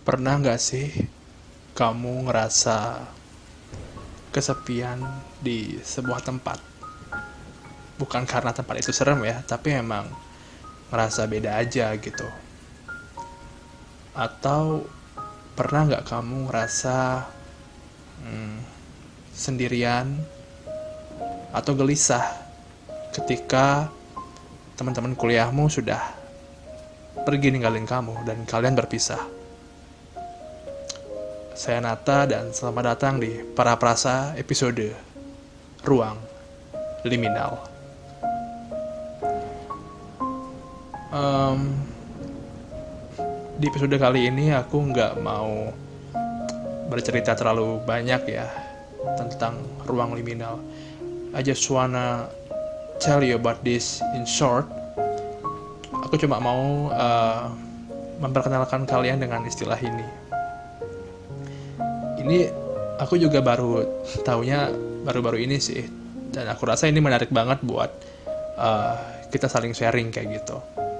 Pernah nggak sih kamu ngerasa kesepian di sebuah tempat? Bukan karena tempat itu serem ya, tapi emang ngerasa beda aja gitu. Atau pernah nggak kamu ngerasa sendirian atau gelisah ketika teman-teman kuliahmu sudah pergi ninggalin kamu dan kalian berpisah? Saya Nata dan selamat datang di Para Prasa episode Ruang Liminal. Di episode kali ini aku nggak mau bercerita terlalu banyak ya tentang ruang liminal. I just wanna tell you about this in short. Aku cuma mau memperkenalkan kalian dengan istilah ini. Ini aku juga baru taunya baru-baru ini sih, dan aku rasa ini menarik banget buat kita saling sharing kayak gitu.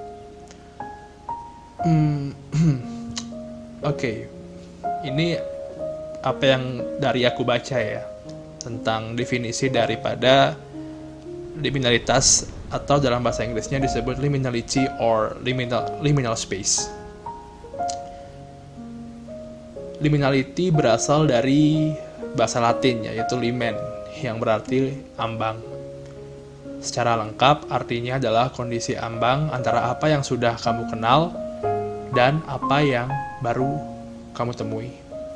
Oke. Ini apa yang dari aku baca ya tentang definisi daripada liminalitas, atau dalam bahasa Inggrisnya disebut liminality or liminal space. Liminality berasal dari bahasa Latin yaitu limen, yang berarti ambang. Secara lengkap artinya adalah kondisi ambang antara apa yang sudah kamu kenal dan apa yang baru kamu temui.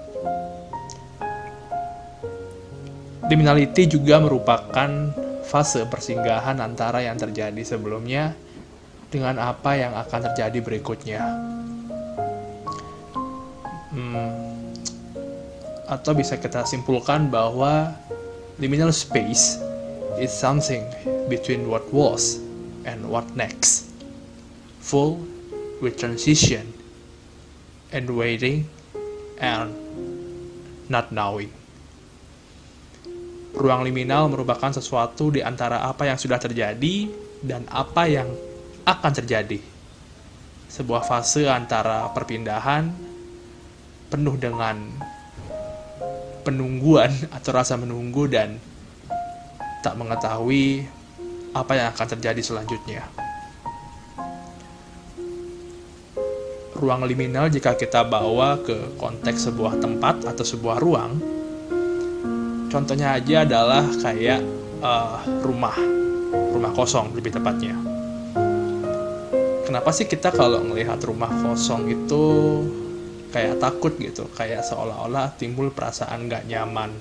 Liminality juga merupakan fase persinggahan antara yang terjadi sebelumnya dengan apa yang akan terjadi berikutnya. Atau bisa kita simpulkan bahwa liminal space is something between what was and what next, full with transition and waiting and not knowing. Ruang liminal merupakan sesuatu di antara apa yang sudah terjadi dan apa yang akan terjadi. Sebuah fase antara perpindahan penuh dengan penungguan atau rasa menunggu dan tak mengetahui apa yang akan terjadi selanjutnya. Ruang liminal jika kita bawa ke konteks sebuah tempat atau sebuah ruang, contohnya aja adalah kayak rumah kosong lebih tepatnya. Kenapa sih kita kalau melihat rumah kosong itu kayak takut gitu, kayak seolah-olah timbul perasaan gak nyaman?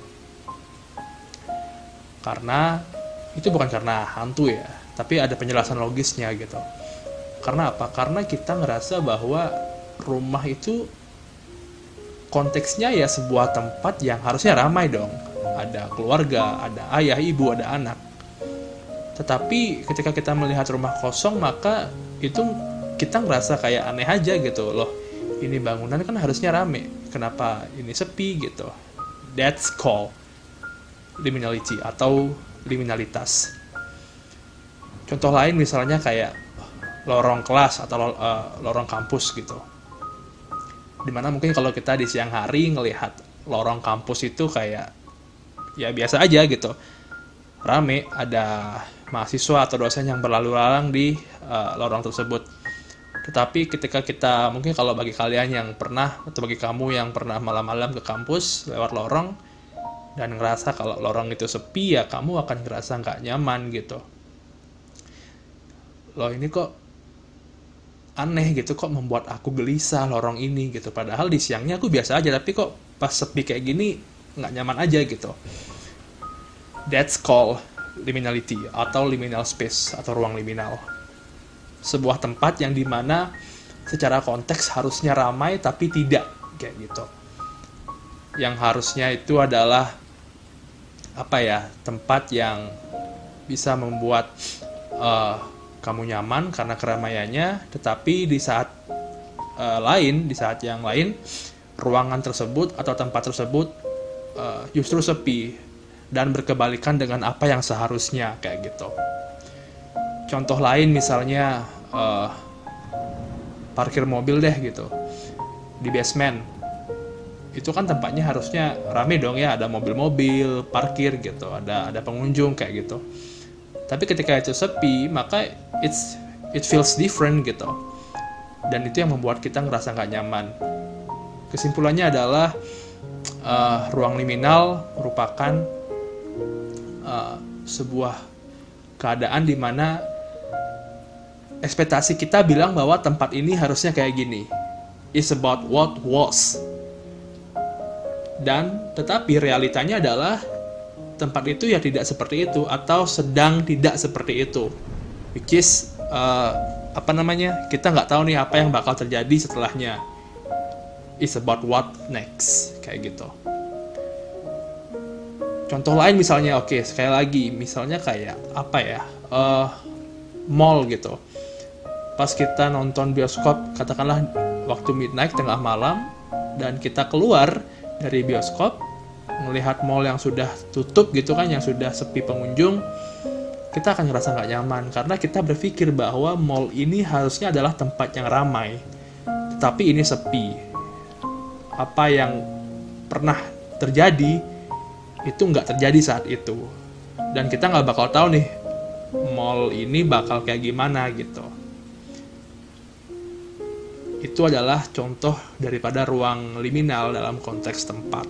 Karena itu bukan karena hantu ya, tapi ada penjelasan logisnya gitu. Karena apa? Karena kita ngerasa bahwa rumah itu konteksnya ya sebuah tempat yang harusnya ramai dong. Ada keluarga, ada ayah, ibu, ada anak. Tetapi ketika kita melihat rumah kosong, maka itu kita ngerasa kayak aneh aja gitu loh. Ini bangunan kan harusnya rame, kenapa ini sepi gitu? That's called liminality atau liminalitas. Contoh lain misalnya kayak lorong kelas atau lorong kampus gitu. Dimana mungkin kalau kita di siang hari ngelihat lorong kampus itu kayak ya biasa aja gitu, rame, ada mahasiswa atau dosen yang berlalu lalang di lorong tersebut. Tetapi ketika kita, mungkin kalau bagi kalian yang pernah, atau bagi kamu yang pernah malam-malam ke kampus lewat lorong dan ngerasa kalau lorong itu sepi, ya kamu akan ngerasa nggak nyaman gitu. Loh, ini kok aneh gitu, kok membuat aku gelisah lorong ini gitu. Padahal di siangnya aku biasa aja, tapi kok pas sepi kayak gini nggak nyaman aja gitu. That's called liminality atau liminal space atau ruang liminal. Sebuah tempat yang dimana secara konteks harusnya ramai tapi tidak kayak gitu. Yang harusnya itu adalah apa ya, tempat yang bisa membuat kamu nyaman karena keramaiannya, tetapi di saat yang lain ruangan tersebut atau tempat tersebut justru sepi dan berkebalikan dengan apa yang seharusnya kayak gitu. Contoh lain misalnya parkir mobil deh gitu di basement itu kan tempatnya harusnya rame dong ya, ada mobil-mobil parkir gitu, ada pengunjung kayak gitu. Tapi ketika itu sepi, maka it feels different gitu, dan itu yang membuat kita ngerasa nggak nyaman. Kesimpulannya adalah ruang liminal merupakan sebuah keadaan di mana ekspektasi kita bilang bahwa tempat ini harusnya kayak gini. It's about what was. Dan tetapi realitanya adalah tempat itu ya tidak seperti itu, atau sedang tidak seperti itu. Which is kita nggak tahu nih apa yang bakal terjadi setelahnya. It's about what next, kayak gitu. Contoh lain misalnya, sekali lagi, misalnya kayak mall gitu. Pas kita nonton bioskop, katakanlah waktu midnight, tengah malam, dan kita keluar dari bioskop, melihat mall yang sudah tutup gitu kan, yang sudah sepi pengunjung, kita akan ngerasa nggak nyaman, karena kita berpikir bahwa mall ini harusnya adalah tempat yang ramai, tetapi ini sepi. Apa yang pernah terjadi, itu nggak terjadi saat itu. Dan kita nggak bakal tahu nih, mall ini bakal kayak gimana gitu. Itu adalah contoh daripada ruang liminal dalam konteks tempat.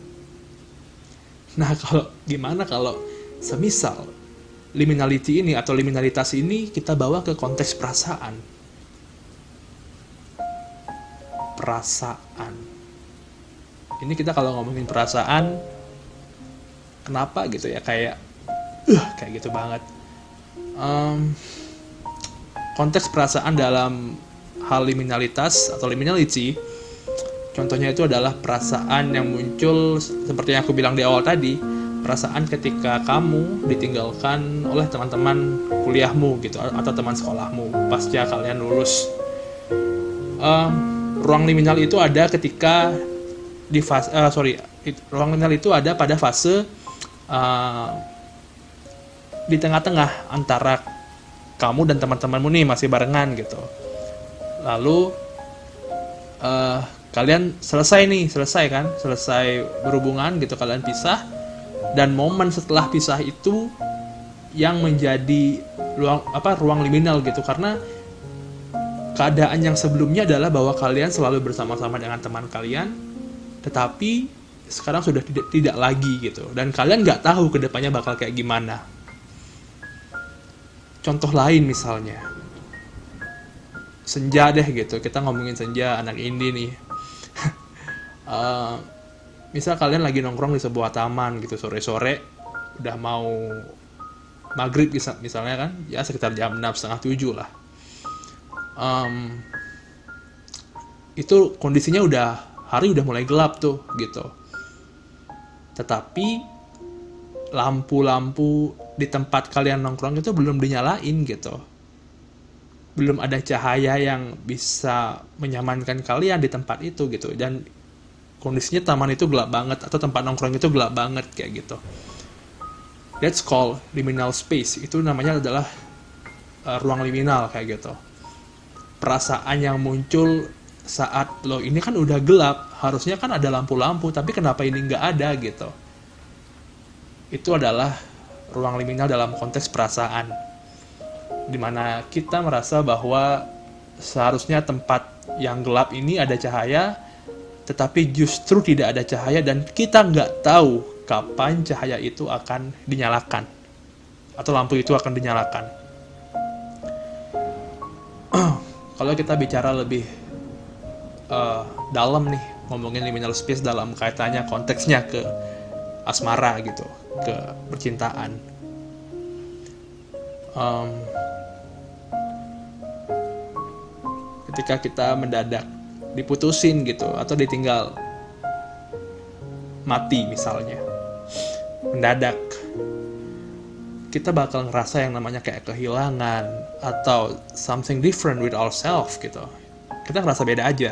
Nah, gimana kalau semisal liminality ini atau liminalitas ini kita bawa ke konteks perasaan? Perasaan. Ini kita kalau ngomongin perasaan, kenapa gitu ya, kayak gitu banget. Konteks perasaan dalam hal liminalitas atau liminality, contohnya itu adalah perasaan yang muncul seperti yang aku bilang di awal tadi, perasaan ketika kamu ditinggalkan oleh teman-teman kuliahmu gitu, atau teman sekolahmu pasca kalian lulus. Ruang liminal itu ada ketika ruang liminal itu ada pada fase di tengah-tengah antara kamu dan teman-temanmu nih masih barengan gitu. Lalu kalian selesai berhubungan gitu, kalian pisah, dan momen setelah pisah itu yang menjadi ruang liminal gitu, karena keadaan yang sebelumnya adalah bahwa kalian selalu bersama-sama dengan teman kalian, tetapi sekarang sudah tidak lagi gitu, dan kalian nggak tahu kedepannya bakal kayak gimana. Contoh lain misalnya senja deh gitu, kita ngomongin senja, anak indie nih. Misal kalian lagi nongkrong di sebuah taman gitu, sore-sore udah mau maghrib misalnya kan, ya sekitar jam 6:30 lah. Itu kondisinya hari udah mulai gelap tuh gitu, tetapi lampu-lampu di tempat kalian nongkrong itu belum dinyalain gitu. Belum ada cahaya yang bisa menyamankan kalian di tempat itu gitu, dan kondisinya taman itu gelap banget atau tempat nongkrong itu gelap banget kayak gitu. That's called liminal space. Itu namanya adalah ruang liminal kayak gitu. Perasaan yang muncul saat ini kan udah gelap, harusnya kan ada lampu-lampu, tapi kenapa ini nggak ada gitu. Itu adalah ruang liminal dalam konteks perasaan, dimana kita merasa bahwa seharusnya tempat yang gelap ini ada cahaya, tetapi justru tidak ada cahaya, dan kita nggak tahu kapan cahaya itu akan dinyalakan atau lampu itu akan dinyalakan. Kalau kita bicara lebih dalam nih, ngomongin liminal space dalam kaitannya konteksnya ke asmara gitu, ke percintaan. Ketika kita mendadak diputusin gitu, atau ditinggal mati misalnya, mendadak, kita bakal ngerasa yang namanya kayak kehilangan atau something different with ourselves gitu. Kita ngerasa beda aja.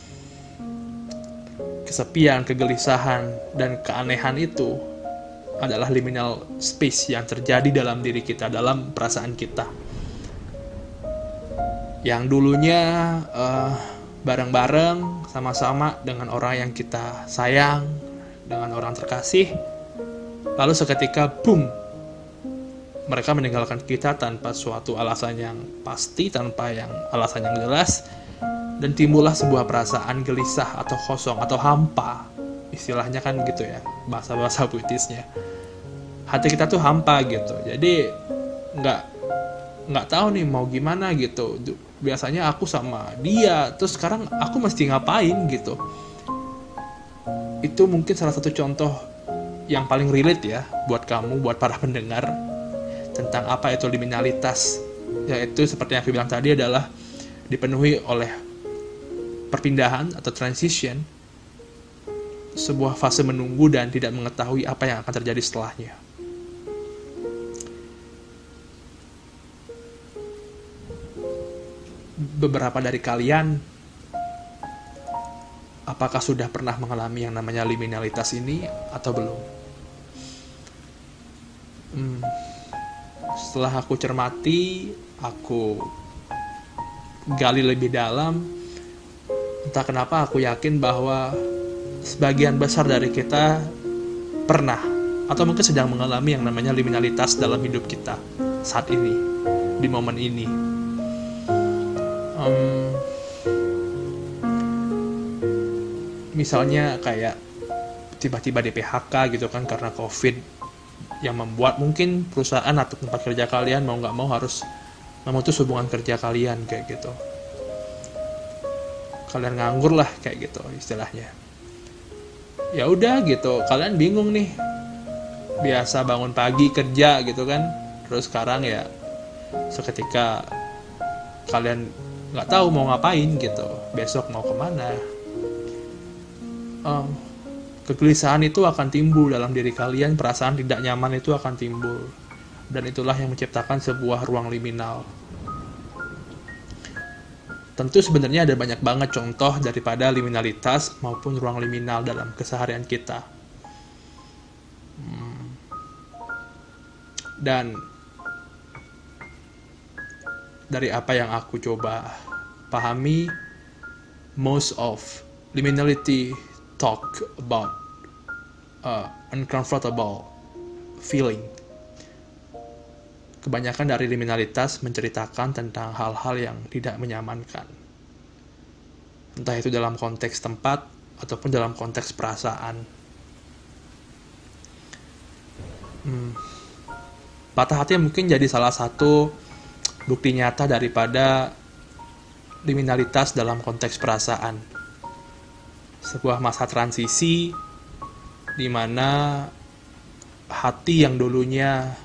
Kesepian, kegelisahan, dan keanehan itu adalah liminal space yang terjadi dalam diri kita, dalam perasaan kita. Yang dulunya bareng-bareng sama-sama dengan orang yang kita sayang, dengan orang terkasih, lalu seketika boom, mereka meninggalkan kita tanpa suatu alasan yang pasti, tanpa yang alasan yang jelas, dan timbullah sebuah perasaan gelisah atau kosong atau hampa, istilahnya kan gitu ya, bahasa-bahasa puitisnya. Hati kita tuh hampa gitu, jadi nggak tahu nih mau gimana gitu. Biasanya aku sama dia, terus sekarang aku mesti ngapain gitu. Itu mungkin salah satu contoh yang paling relate ya buat kamu, buat para pendengar, tentang apa itu liminalitas. Yaitu seperti yang aku bilang tadi, adalah dipenuhi oleh perpindahan atau transition, sebuah fase menunggu dan tidak mengetahui apa yang akan terjadi setelahnya. Beberapa dari kalian, apakah sudah pernah mengalami yang namanya liminalitas ini atau belum? Setelah aku cermati, aku gali lebih dalam, entah kenapa aku yakin bahwa sebagian besar dari kita pernah atau mungkin sedang mengalami yang namanya liminalitas dalam hidup kita saat ini, di momen ini. Misalnya kayak tiba-tiba di PHK gitu kan karena COVID, yang membuat mungkin perusahaan atau tempat kerja kalian mau nggak mau harus memutus hubungan kerja kalian kayak gitu. Kalian nganggur lah kayak gitu istilahnya. Ya udah gitu, kalian bingung nih. Biasa bangun pagi kerja gitu kan, terus sekarang ya seketika kalian nggak tahu mau ngapain gitu, besok mau kemana. Kegelisahan itu akan timbul dalam diri kalian, perasaan tidak nyaman itu akan timbul, dan itulah yang menciptakan sebuah ruang liminal. Tentu sebenarnya ada banyak banget contoh daripada liminalitas maupun ruang liminal dalam keseharian kita. Dan dari apa yang aku coba pahami, most of liminality talk about uncomfortable feeling. Kebanyakan dari liminalitas menceritakan tentang hal-hal yang tidak menyamankan. Entah itu dalam konteks tempat ataupun dalam konteks perasaan. Patah hati mungkin jadi salah satu bukti nyata daripada liminalitas dalam konteks perasaan. Sebuah masa transisi di mana hati yang dulunya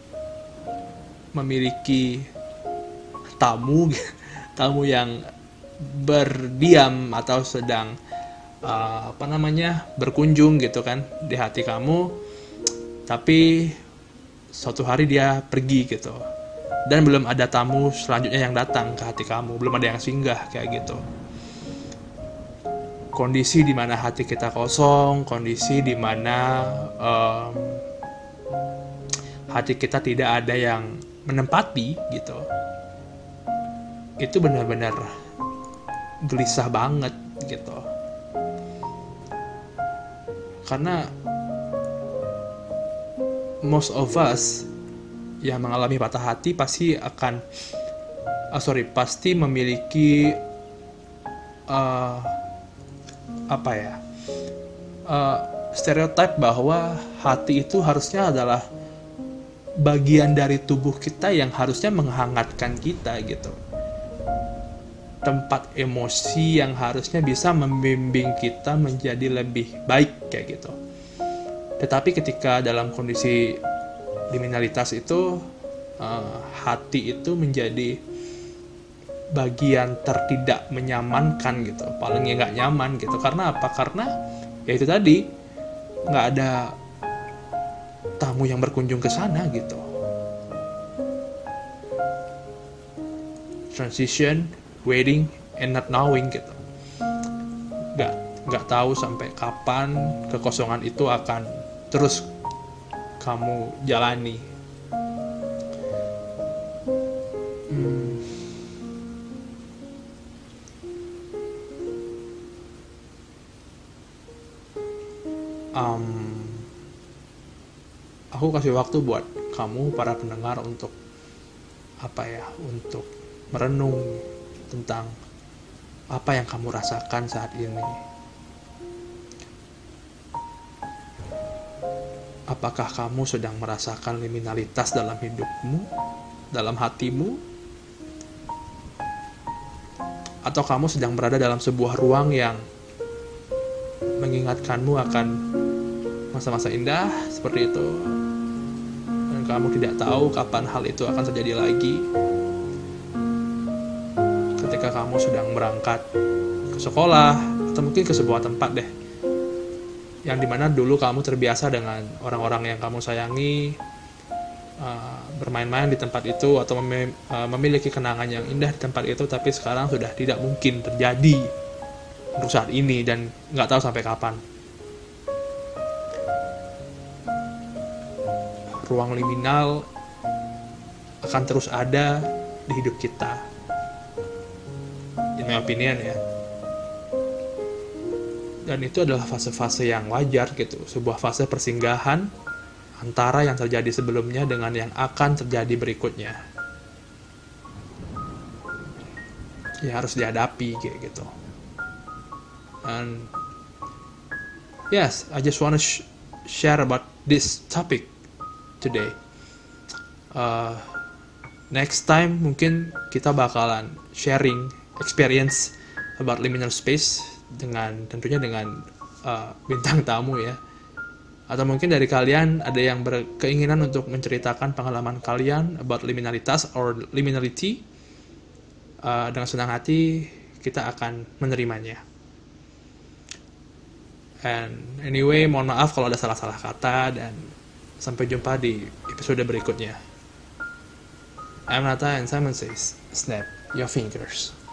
memiliki tamu yang berdiam atau sedang berkunjung gitu kan di hati kamu, tapi suatu hari dia pergi gitu, dan belum ada tamu selanjutnya yang datang ke hati kamu, belum ada yang singgah kayak gitu. Kondisi di mana hati kita kosong, kondisi di mana hati kita tidak ada yang menempati gitu, itu benar-benar gelisah banget gitu. Karena most of us yang mengalami patah hati pasti memiliki stereotip bahwa hati itu harusnya adalah bagian dari tubuh kita yang harusnya menghangatkan kita gitu. Tempat emosi yang harusnya bisa membimbing kita menjadi lebih baik kayak gitu. Tetapi ketika dalam kondisi liminalitas itu, hati itu menjadi bagian tertidak menyamankan gitu, palingnya nggak nyaman gitu. Karena apa? Karena ya itu tadi, nggak ada tamu yang berkunjung ke sana gitu. Transition, waiting, and not knowing gitu. Nggak tahu sampai kapan kekosongan itu akan terus kamu jalani. Aku kasih waktu buat kamu para pendengar untuk untuk merenung tentang apa yang kamu rasakan saat ini. Apakah kamu sedang merasakan liminalitas dalam hidupmu, dalam hatimu? Atau kamu sedang berada dalam sebuah ruang yang mengingatkanmu akan masa-masa indah seperti itu, dan kamu tidak tahu kapan hal itu akan terjadi lagi? Ketika kamu sedang berangkat ke sekolah, atau mungkin ke sebuah tempat deh, yang dimana dulu kamu terbiasa dengan orang-orang yang kamu sayangi, bermain-main di tempat itu, atau memiliki kenangan yang indah di tempat itu, tapi sekarang sudah tidak mungkin terjadi untuk saat ini, dan nggak tahu sampai kapan. Ruang liminal akan terus ada di hidup kita, in my opinion ya. Dan itu adalah fase-fase yang wajar gitu, sebuah fase persinggahan antara yang terjadi sebelumnya dengan yang akan terjadi berikutnya. Ya harus dihadapi kayak gitu. And yes, I just want to share about this topic today. Next time mungkin kita bakalan sharing experience about liminal space tentunya dengan bintang tamu ya. Atau mungkin dari kalian ada yang berkeinginan untuk menceritakan pengalaman kalian about liminalitas or liminality, dengan senang hati kita akan menerimanya. And anyway, mohon maaf kalau ada salah-salah kata, dan sampai jumpa di episode berikutnya. I'm Nata, and Simon says, snap your fingers.